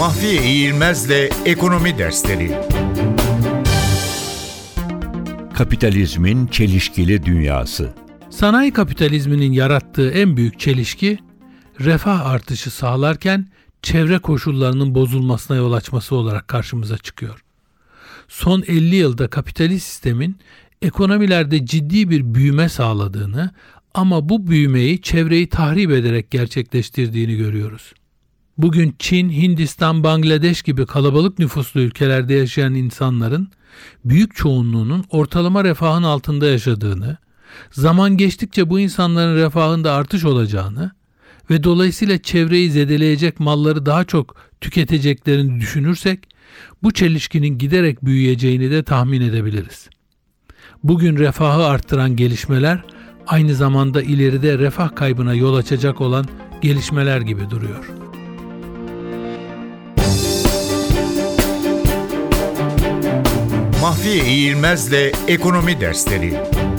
Mahfiye İğilmez'le Ekonomi Dersleri. Kapitalizmin çelişkili dünyası. Sanayi kapitalizminin yarattığı en büyük çelişki, refah artışı sağlarken çevre koşullarının bozulmasına yol açması olarak karşımıza çıkıyor. Son 50 yılda kapitalist sistemin ekonomilerde ciddi bir büyüme sağladığını ama bu büyümeyi çevreyi tahrip ederek gerçekleştirdiğini görüyoruz. Bugün Çin, Hindistan, Bangladeş gibi kalabalık nüfuslu ülkelerde yaşayan insanların büyük çoğunluğunun ortalama refahın altında yaşadığını, zaman geçtikçe bu insanların refahında artış olacağını ve dolayısıyla çevreyi zedeleyecek malları daha çok tüketeceklerini düşünürsek, bu çelişkinin giderek büyüyeceğini de tahmin edebiliriz. Bugün refahı arttıran gelişmeler, aynı zamanda ileride refah kaybına yol açacak olan gelişmeler gibi duruyor. Mahfiye İğilmez'le Ekonomi Dersleri.